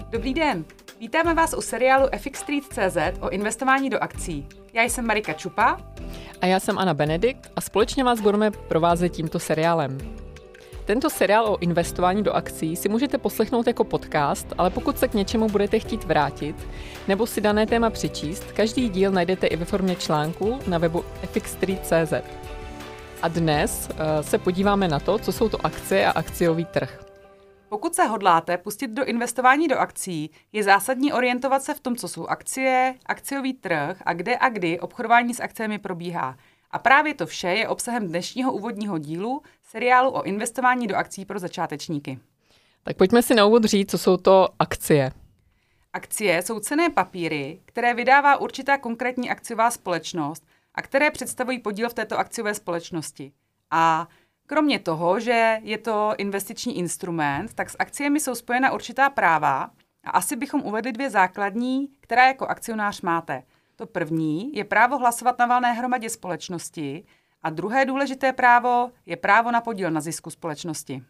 Dobrý den, vítáme vás u seriálu FX-Street.cz o investování do akcí. Já jsem Marika Čupa. A já jsem Anna Benedikt a společně vás budeme provázet tímto seriálem. Tento seriál o investování do akcí si můžete poslechnout jako podcast, ale pokud se k něčemu budete chtít vrátit nebo si dané téma přečíst, každý díl najdete i ve formě článku na webu FX-Street.cz. A dnes se podíváme na to, co jsou to akcie a akciový trh. Pokud se hodláte pustit do investování do akcí, je zásadní orientovat se v tom, co jsou akcie, akciový trh a kde a kdy obchodování s akciemi probíhá. A právě to vše je obsahem dnešního úvodního dílu seriálu o investování do akcí pro začátečníky. Tak pojďme si na úvod říct, co jsou to akcie. Akcie jsou cenné papíry, které vydává určitá konkrétní akciová společnost a které představují podíl v této akciové společnosti. A kromě toho, že je to investiční instrument, tak s akciemi jsou spojena určitá práva a asi bychom uvedli dvě základní, která jako akcionář máte. To první je právo hlasovat na valné hromadě společnosti a druhé důležité právo je právo na podíl na zisku společnosti.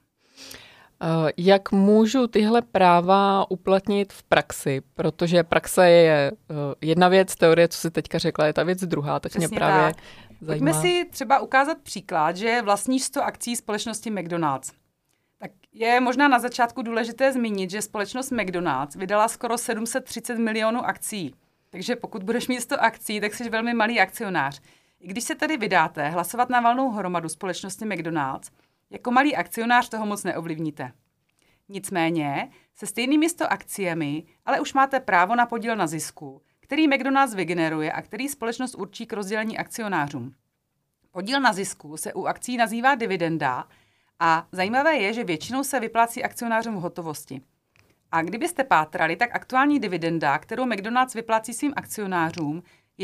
Jak můžu tyhle práva uplatnit v praxi? Protože praxe je jedna věc, teorie, co si teďka řekla, je ta věc druhá, tak Přesně mě právě tak. zajímá. Pojďme si třeba ukázat příklad, že vlastníš 100 akcí společnosti McDonald's. Tak je možná na začátku důležité zmínit, že společnost McDonald's vydala skoro 730 milionů akcí. Takže pokud budeš mít 100 akcí, tak jsi velmi malý akcionář. I když se tedy vydáte hlasovat na valnou hromadu společnosti McDonald's, jako malý akcionář toho moc neovlivníte. Nicméně, se stejnými 100 akciemi, ale už máte právo na podíl na zisku, který McDonald's vygeneruje a který společnost určí k rozdělení akcionářům. Podíl na zisku se u akcí nazývá dividenda a zajímavé je, že většinou se vyplácí akcionářům v hotovosti. A kdybyste pátrali, tak aktuální dividenda, kterou McDonald's vyplácí svým akcionářům, je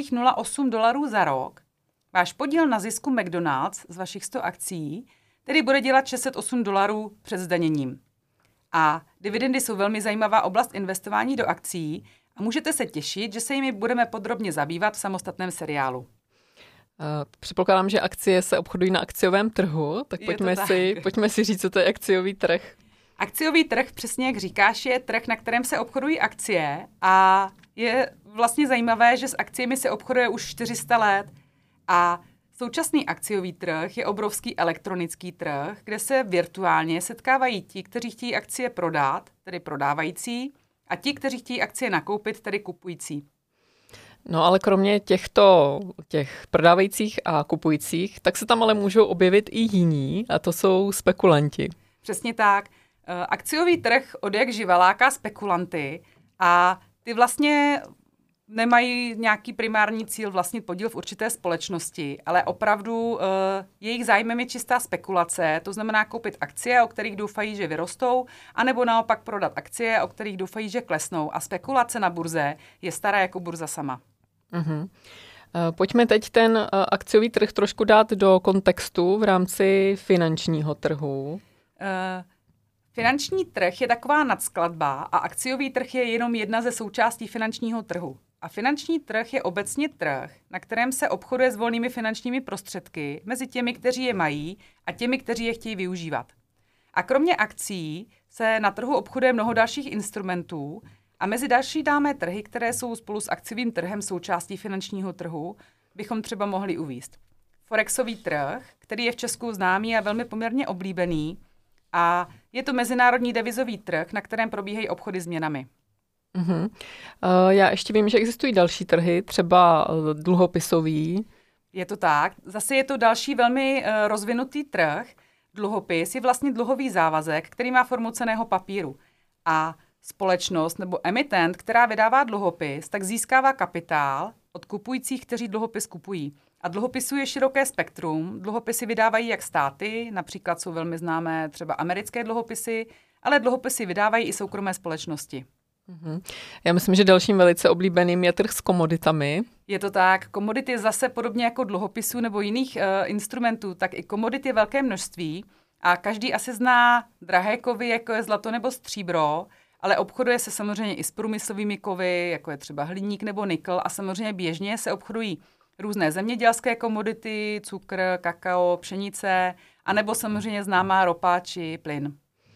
$6,08 za rok. Váš podíl na zisku McDonald's z vašich 100 akcí tedy bude dělat $608 před zdaněním. A dividendy jsou velmi zajímavá oblast investování do akcí a můžete se těšit, že se jimi budeme podrobně zabývat v samostatném seriálu. Předpokládám, že akcie se obchodují na akciovém trhu, tak pojďme si říct, co to je akciový trh. Akciový trh, přesně jak říkáš, je trh, na kterém se obchodují akcie a je vlastně zajímavé, že s akciemi se obchoduje už 400 let a současný akciový trh je obrovský elektronický trh, kde se virtuálně setkávají ti, kteří chtějí akcie prodat, tedy prodávající, a ti, kteří chtějí akcie nakoupit, tedy kupující. No ale kromě těch prodávajících a kupujících, tak se tam ale můžou objevit i jiní, a to jsou spekulanti. Přesně tak. Akciový trh odjakživa láká spekulanty a ty vlastně nemají nějaký primární cíl vlastnit podíl v určité společnosti, ale opravdu jejich zájmem je čistá spekulace, to znamená koupit akcie, o kterých doufají, že vyrostou, anebo naopak prodat akcie, o kterých doufají, že klesnou. A spekulace na burze je stará jako burza sama. Uh-huh. Pojďme teď ten akciový trh trošku dát do kontextu v rámci finančního trhu. Finanční trh je taková nadskladba a akciový trh je jenom jedna ze součástí finančního trhu. A finanční trh je obecně trh, na kterém se obchoduje s volnými finančními prostředky mezi těmi, kteří je mají a těmi, kteří je chtějí využívat. A kromě akcií se na trhu obchoduje mnoho dalších instrumentů a mezi další dáme trhy, které jsou spolu s akciovým trhem součástí finančního trhu, bychom třeba mohli uvést. Forexový trh, který je v Česku známý a velmi poměrně oblíbený, a je to mezinárodní devizový trh, na kterém probíhají obchody s měnami. Uh-huh. Já ještě vím, že existují další trhy, třeba dluhopisový. Je to tak. Zase je to další velmi rozvinutý trh. Dluhopis je vlastně dluhový závazek, který má formu cenného papíru. A společnost nebo emitent, která vydává dluhopis, tak získává kapitál od kupujících, kteří dluhopis kupují. A dluhopisů je široké spektrum. Dluhopisy vydávají jak státy, například jsou velmi známé třeba americké dluhopisy, ale dluhopisy vydávají i soukromé společnosti. Já myslím, že dalším velice oblíbeným je trh s komoditami. Je to tak. Komodity zase podobně jako dluhopisů nebo jiných instrumentů, tak i komodit je velké množství a každý asi zná drahé kovy, jako je zlato nebo stříbro, ale obchoduje se samozřejmě i s průmyslovými kovy, jako je třeba hliník nebo nikl a samozřejmě běžně se obchodují různé zemědělské komodity, cukr, kakao, pšenice, anebo samozřejmě známá ropa či plyn.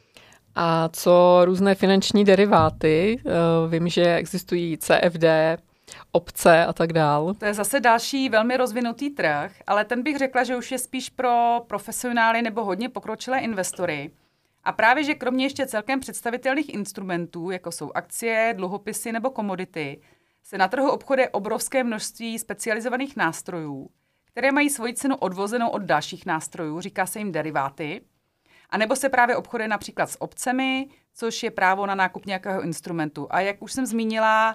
A co různé finanční deriváty? Vím, že existují CFD, opce a tak dál. To je zase další velmi rozvinutý trh, ale ten bych řekla, že už je spíš pro profesionály nebo hodně pokročilé investory. A právě, že kromě ještě celkem představitelných instrumentů, jako jsou akcie, dluhopisy nebo komodity, se na trhu obchoduje obrovské množství specializovaných nástrojů, které mají svoji cenu odvozenou od dalších nástrojů, říká se jim deriváty, a nebo se právě obchoduje například s opcemi, což je právo na nákup nějakého instrumentu. A jak už jsem zmínila,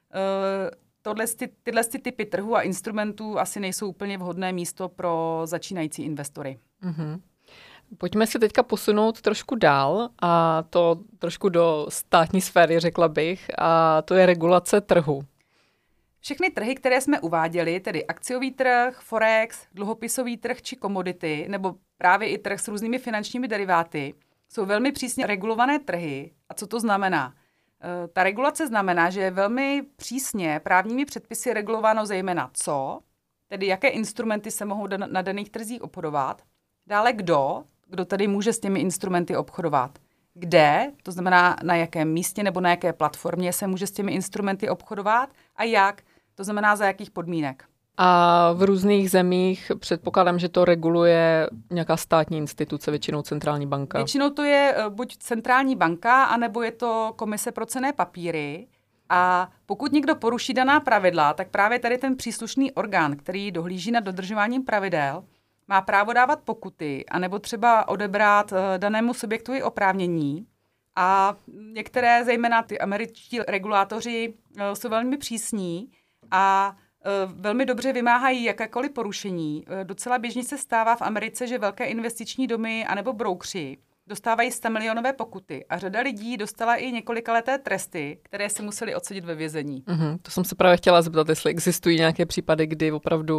tyhle typy trhu a instrumentů asi nejsou úplně vhodné místo pro začínající investory. Mm-hmm. Pojďme se teďka posunout trošku dál, a to trošku do státní sféry, řekla bych, a to je regulace trhu. Všechny trhy, které jsme uváděli, tedy akciový trh, forex, dluhopisový trh či komodity, nebo právě i trh s různými finančními deriváty, jsou velmi přísně regulované trhy. A co to znamená? Ta regulace znamená, že je velmi přísně právními předpisy regulováno zejména co, tedy jaké instrumenty se mohou na daných trzích obchodovat, dále kdo tedy může s těmi instrumenty obchodovat, kde, to znamená na jakém místě nebo na jaké platformě se může s těmi instrumenty obchodovat a jak, to znamená za jakých podmínek. A v různých zemích předpokládám, že to reguluje nějaká státní instituce, většinou centrální banka. Většinou to je buď centrální banka, anebo je to Komise pro cenné papíry. A pokud někdo poruší daná pravidla, tak právě tady ten příslušný orgán, který dohlíží nad dodržováním pravidel, má právo dávat pokuty, anebo třeba odebrat danému subjektu oprávnění. A některé, zejména ty američtí regulátoři, jsou velmi přísní a velmi dobře vymáhají jakékoliv porušení. Docela běžně se stává v Americe, že velké investiční domy anebo broukři dostávají 100 milionové pokuty a řada lidí dostala i několikaleté tresty, které se museli odsedět ve vězení. To jsem se právě chtěla zeptat, jestli existují nějaké případy, kdy opravdu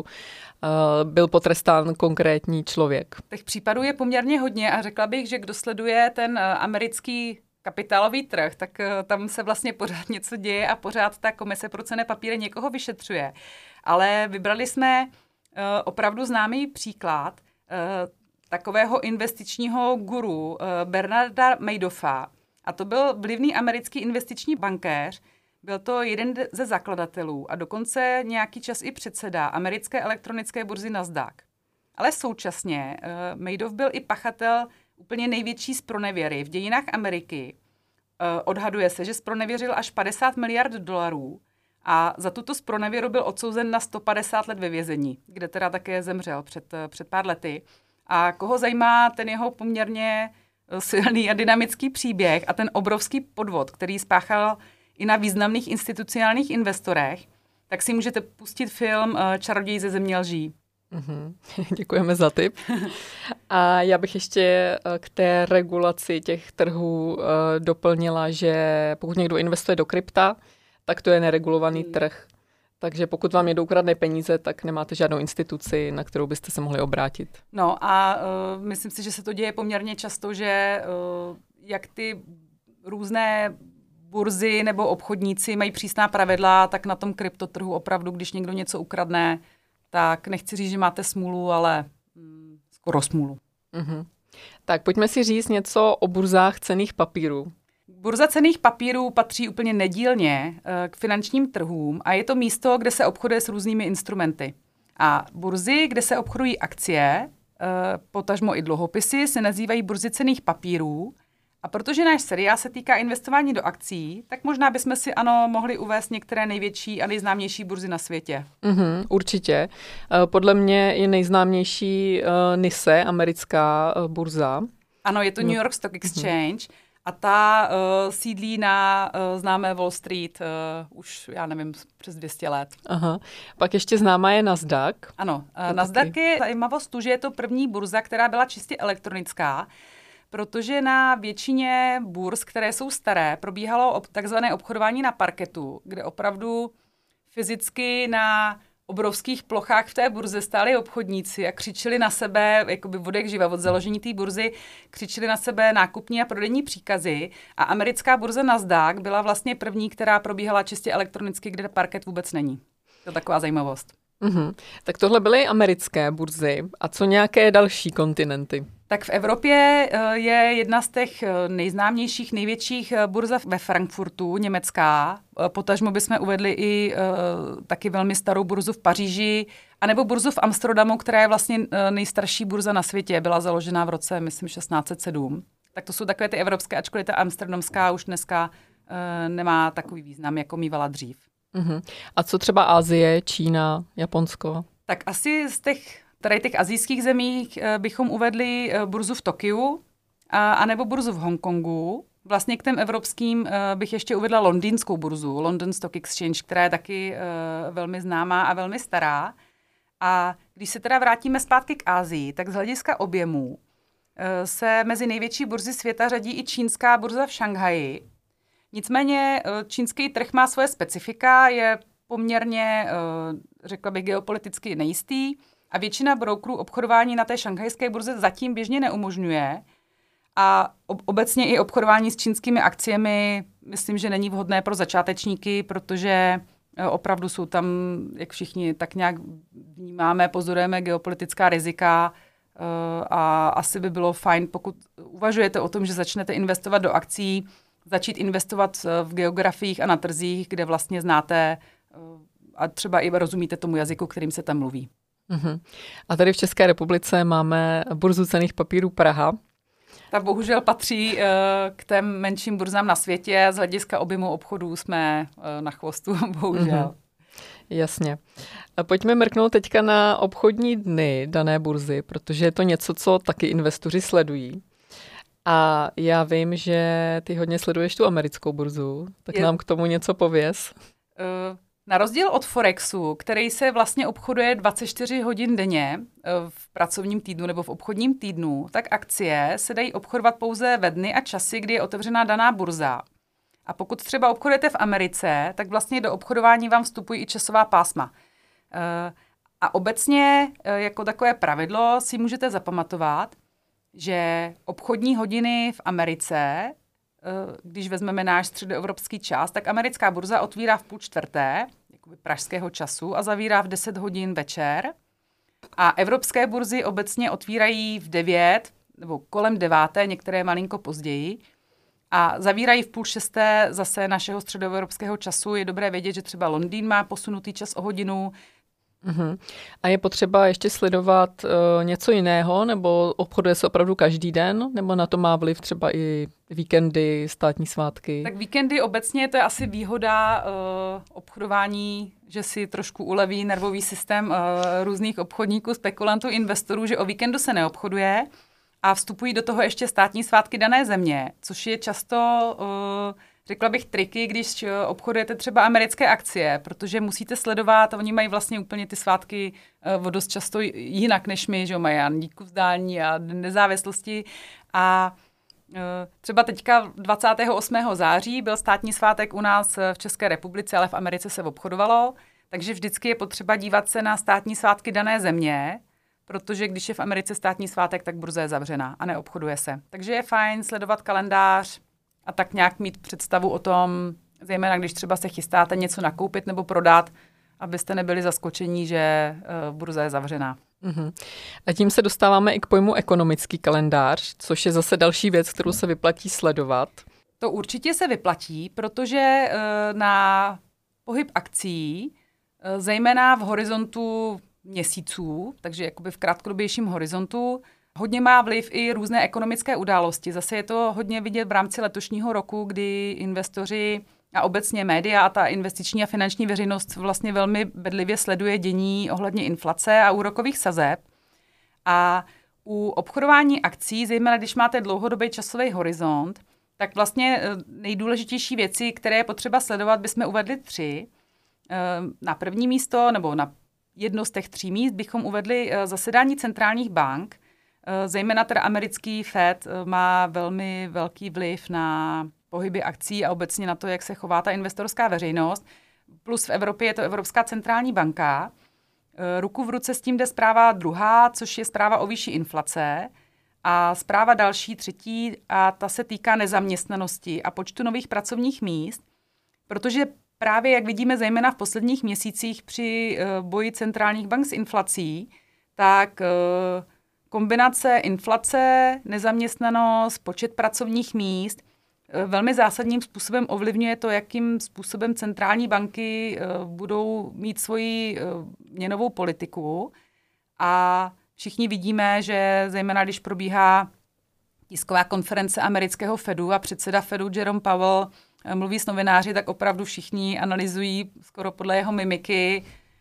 byl potrestán konkrétní člověk. Těch případů je poměrně hodně a řekla bych, že kdo sleduje ten americký kapitálový trh, tak tam se vlastně pořád něco děje a pořád ta Komise pro cenné papíry někoho vyšetřuje. Ale vybrali jsme opravdu známý příklad takového investičního guru Bernarda Madoffa. A to byl vlivný americký investiční bankéř, byl to jeden ze zakladatelů a dokonce nějaký čas i předseda americké elektronické burzy Nasdaq. Ale současně Madoff byl i pachatel úplně největší zpronevěry v dějinách Ameriky. Odhaduje se, že zpronevěřil až 50 miliard dolarů a za tuto zpronevěru byl odsouzen na 150 let ve vězení, kde teda také zemřel před pár lety. A koho zajímá ten jeho poměrně silný a dynamický příběh a ten obrovský podvod, který spáchal i na významných institucionálních investorech, tak si můžete pustit film Čaroděj ze země lží. Děkujeme za tip. A já bych ještě k té regulaci těch trhů doplnila, že pokud někdo investuje do krypta, tak to je neregulovaný trh. Takže pokud vám jedou kradné peníze, tak nemáte žádnou instituci, na kterou byste se mohli obrátit. No a myslím si, že se to děje poměrně často, že jak ty různé burzy nebo obchodníci mají přísná pravidla, tak na tom kryptotrhu opravdu, když někdo něco ukradne, tak nechci říct, že máte smůlu, ale skoro smůlu. Tak pojďme si říct něco o burzách cenných papírů. Burza cenných papírů patří úplně nedílně k finančním trhům a je to místo, kde se obchoduje s různými instrumenty. A burzy, kde se obchodují akcie, potažmo i dluhopisy, se nazývají burzy cenných papírů. A protože náš seriál se týká investování do akcií, tak možná bychom si mohli uvést některé největší a nejznámější burzy na světě. Určitě. Podle mě je nejznámější NYSE, americká burza. Ano, je to New York Stock Exchange. A ta sídlí na známé Wall Street už, já nevím, přes 200 let. Aha. Pak ještě známá je Nasdaq. Ano, Nasdaq je zajímavost tu, že je to první burza, která byla čistě elektronická, protože na většině burz, které jsou staré, probíhalo takzvané obchodování na parketu, kde opravdu fyzicky na obrovských plochách v té burze stáli obchodníci a křičeli na sebe, jakoby vodek živa od založení té burzy, křičeli na sebe nákupní a prodejní příkazy a americká burza Nasdaq byla vlastně první, která probíhala čistě elektronicky, kde parket vůbec není. To je taková zajímavost. Tak tohle byly americké burzy. A co nějaké další kontinenty? Tak v Evropě je jedna z těch nejznámějších, největších burza ve Frankfurtu, německá. Potažmo bychom uvedli i taky velmi starou burzu v Paříži, anebo burzu v Amsterdamu, která je vlastně nejstarší burza na světě. Byla založena v roce, myslím, 1607. Tak to jsou takové ty evropské, ačkoliv ta amsterdamská už dneska nemá takový význam, jako mývala dřív. A co třeba Asie, Čína, Japonsko? Tak asi z těch asijských zemích bychom uvedli burzu v Tokiu, anebo burzu v Hongkongu. Vlastně k těm evropským bych ještě uvedla londýnskou burzu, London Stock Exchange, která je taky velmi známá a velmi stará. A když se teda vrátíme zpátky k Asii, tak z hlediska objemů se mezi největší burzy světa řadí i čínská burza v Šanghaji. Nicméně čínský trh má svoje specifika, je poměrně, řekla bych, geopoliticky nejistý a většina brokerů obchodování na té šanghajské burze zatím běžně neumožňuje. A obecně i obchodování s čínskými akciemi myslím, že není vhodné pro začátečníky, protože opravdu jsou tam, jak všichni tak nějak vnímáme, pozorujeme geopolitická rizika a asi by bylo fajn, pokud uvažujete o tom, že začnete investovat do akcí, začít investovat v geografiích a na trzích, kde vlastně znáte a třeba i rozumíte tomu jazyku, kterým se tam mluví. A tady v České republice máme burzu cenných papírů Praha. Ta bohužel patří k těm menším burzám na světě. Z hlediska objemu obchodů jsme na chvostu, bohužel. Jasně. A pojďme mrknout teďka na obchodní dny dané burzy, protože je to něco, co taky investoři sledují. A já vím, že ty hodně sleduješ tu americkou burzu, tak nám k tomu něco pověz. Na rozdíl od Forexu, který se vlastně obchoduje 24 hodin denně v pracovním týdnu nebo v obchodním týdnu, tak akcie se dají obchodovat pouze ve dny a časy, kdy je otevřená daná burza. A pokud třeba obchodujete v Americe, tak vlastně do obchodování vám vstupují i časová pásma. A obecně jako takové pravidlo si můžete zapamatovat, že obchodní hodiny v Americe, když vezmeme náš středoevropský čas, tak americká burza otvírá v 3:30, jakoby pražského času, a zavírá v 10 hodin večer. A evropské burzy obecně otvírají v 9 nebo kolem 9, některé malinko později. A zavírají v 5:30 zase našeho středoevropského času. Je dobré vědět, že třeba Londýn má posunutý čas o hodinu. A je potřeba ještě sledovat něco jiného, nebo obchoduje se opravdu každý den, nebo na to má vliv třeba i víkendy, státní svátky? Tak víkendy obecně to je asi výhoda obchodování, že si trošku uleví nervový systém různých obchodníků, spekulantů, investorů, že o víkendu se neobchoduje a vstupují do toho ještě státní svátky dané země, což je často řekla bych triky, když obchodujete třeba americké akcie, protože musíte sledovat, oni mají vlastně úplně ty svátky dost často jinak než my, že mají díku vzdání a nezávislosti. A třeba teďka 28. září byl státní svátek u nás v České republice, ale v Americe se obchodovalo, takže vždycky je potřeba dívat se na státní svátky dané země, protože když je v Americe státní svátek, tak burza je zavřená a neobchoduje se. Takže je fajn sledovat kalendář a tak nějak mít představu o tom, zejména když třeba se chystáte něco nakoupit nebo prodat, abyste nebyli zaskočení, že burza je zavřená. A tím se dostáváme i k pojmu ekonomický kalendář, což je zase další věc, kterou se vyplatí sledovat. To určitě se vyplatí, protože na pohyb akcí, zejména v horizontu měsíců, takže jakoby v krátkodobějším horizontu, hodně má vliv i různé ekonomické události. Zase je to hodně vidět v rámci letošního roku, kdy investoři a obecně média a ta investiční a finanční veřejnost vlastně velmi bedlivě sleduje dění ohledně inflace a úrokových sazeb. A u obchodování akcí, zejména když máte dlouhodobý časový horizont, tak vlastně nejdůležitější věci, které je potřeba sledovat, bychom uvedli 3. Na první místo, nebo na jedno z těch 3 míst bychom uvedli zasedání centrálních bank. Zejména teda americký Fed má velmi velký vliv na pohyby akcí a obecně na to, jak se chová ta investorská veřejnost. Plus v Evropě je to Evropská centrální banka. Ruku v ruce s tím jde zpráva druhá, což je zpráva o výši inflace. A zpráva další, 3, a ta se týká nezaměstnanosti a počtu nových pracovních míst, protože právě, jak vidíme zejména v posledních měsících při boji centrálních bank s inflací, tak kombinace inflace, nezaměstnanost, počet pracovních míst velmi zásadním způsobem ovlivňuje to, jakým způsobem centrální banky budou mít svoji měnovou politiku. A všichni vidíme, že zejména když probíhá tisková konference amerického Fedu a předseda Fedu Jerome Powell mluví s novináři, tak opravdu všichni analyzují skoro podle jeho mimiky,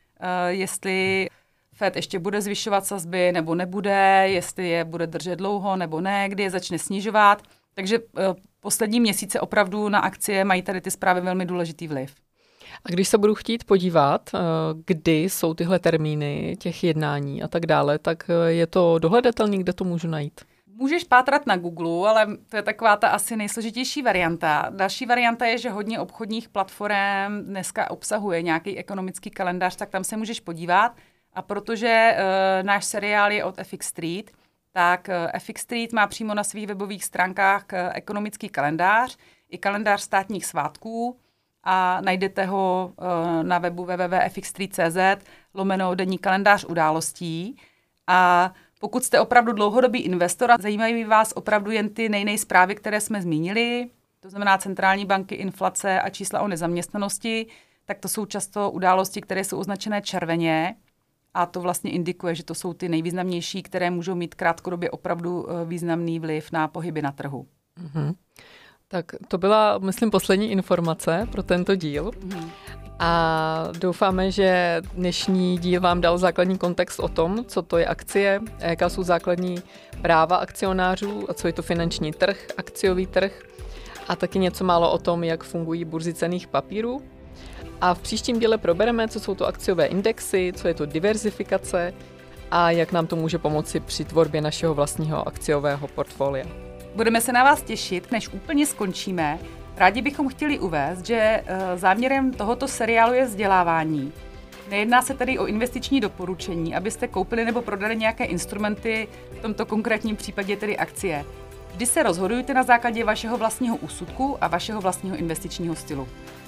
jestli Fed ještě bude zvyšovat sazby nebo nebude, jestli je bude držet dlouho nebo ne, kdy je začne snižovat. Takže poslední měsíce opravdu na akcie mají tady ty zprávy velmi důležitý vliv. A když se budu chtít podívat, kdy jsou tyhle termíny těch jednání a tak dále, tak je to dohledatelný, kde to můžu najít? Můžeš pátrat na Google, ale to je taková ta asi nejsložitější varianta. Další varianta je, že hodně obchodních platform dneska obsahuje nějaký ekonomický kalendář, tak tam se můžeš podívat. A protože náš seriál je od FX Street, tak FX Street má přímo na svých webových stránkách ekonomický kalendář i kalendář státních svátků a najdete ho na webu www.fxstreet.cz/denní kalendář událostí. A pokud jste opravdu dlouhodobý investor a zajímají vás opravdu jen ty nejnej zprávy, které jsme zmínili, to znamená centrální banky, inflace a čísla o nezaměstnanosti, tak to jsou často události, které jsou označené červeně a to vlastně indikuje, že to jsou ty nejvýznamnější, které můžou mít krátkodobě opravdu významný vliv na pohyby na trhu. Mm-hmm. Tak to byla, myslím, poslední informace pro tento díl. Mm-hmm. A doufáme, že dnešní díl vám dal základní kontext o tom, co to je akcie, jaká jsou základní práva akcionářů a co je to finanční trh, akciový trh a taky něco málo o tom, jak fungují burzy cenných papírů. A v příštím díle probereme, co jsou to akciové indexy, co je to diverzifikace a jak nám to může pomoci při tvorbě našeho vlastního akciového portfolia. Budeme se na vás těšit, než úplně skončíme. Rádi bychom chtěli uvést, že záměrem tohoto seriálu je vzdělávání. Nejedná se tedy o investiční doporučení, abyste koupili nebo prodali nějaké instrumenty, v tomto konkrétním případě tedy akcie. Vždy se rozhodujte na základě vašeho vlastního úsudku a vašeho vlastního investičního stylu.